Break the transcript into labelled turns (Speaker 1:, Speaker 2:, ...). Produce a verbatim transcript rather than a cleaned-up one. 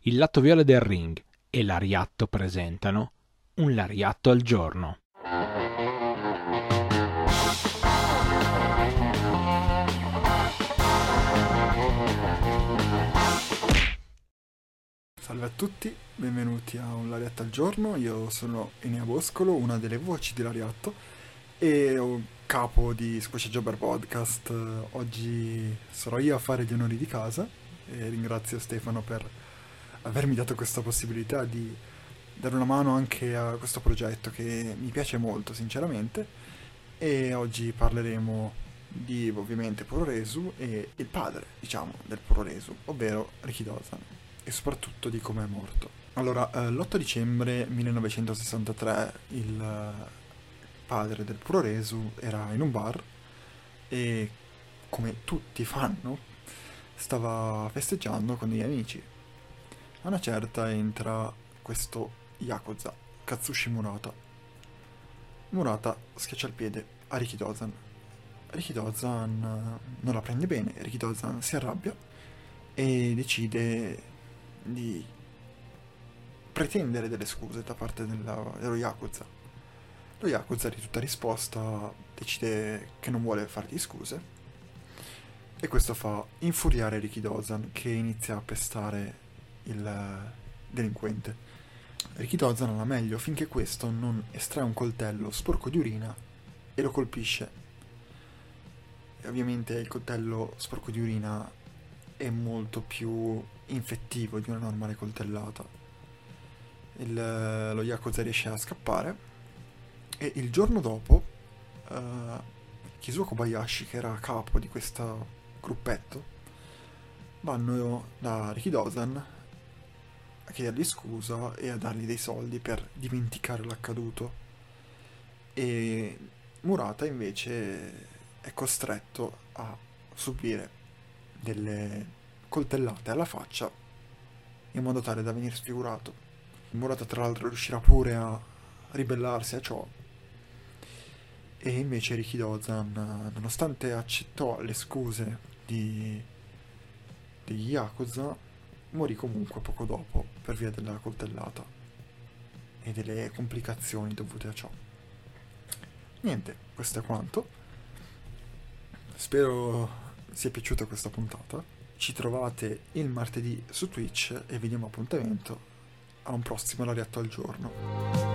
Speaker 1: Il lato viola del ring e l'Ariatto presentano Un Lariatto al giorno.
Speaker 2: Salve a tutti, benvenuti a Un Lariatto al giorno. Io sono Enea Boscolo, una delle voci di Lariatto e ho capo di Squascia Jobber Podcast. Oggi sarò io a fare gli onori di casa e ringrazio Stefano per avermi dato questa possibilità di dare una mano anche a questo progetto che mi piace molto sinceramente. E oggi parleremo di ovviamente Puroresu e il padre, diciamo, del Puroresu, ovvero Rikidozan, e soprattutto di come è morto. Allora, eh, l'otto dicembre millenovecentosessantatré il eh, padre del Puroresu era in un bar e, come tutti fanno, stava festeggiando con degli amici. A una certa entra questo Yakuza, Katsushi Murata. Murata schiaccia il piede a Rikidozan. Rikidozan eh, non la prende bene, Rikidozan si arrabbia e decide di pretendere delle scuse da parte della- dello Yakuza. Lo Yakuza, di tutta risposta, decide che non vuole fargli scuse e questo fa infuriare Rikidozan, che inizia a pestare il eh, delinquente. Rikidozan alla meglio finché questo non estrae un coltello sporco di urina e lo colpisce. E ovviamente il coltello sporco di urina è molto più infettivo di una normale coltellata. Il, lo Yakuza riesce a scappare e il giorno dopo uh, Kizuo Kobayashi, che era a capo di questo gruppetto, vanno da Rikidozan a chiedergli scusa e a dargli dei soldi per dimenticare l'accaduto. E Murata invece è costretto a subire delle coltellate alla faccia in modo tale da venire sfigurato. Murata tra l'altro riuscirà pure a ribellarsi a ciò e invece Rikidozan, nonostante accettò le scuse di degli Yakuza, morì comunque poco dopo per via della coltellata e delle complicazioni dovute a ciò. Niente, questo è quanto. Spero sia piaciuta questa puntata. Ci trovate il martedì su Twitch e vi diamo appuntamento a un prossimo Lariatto al giorno.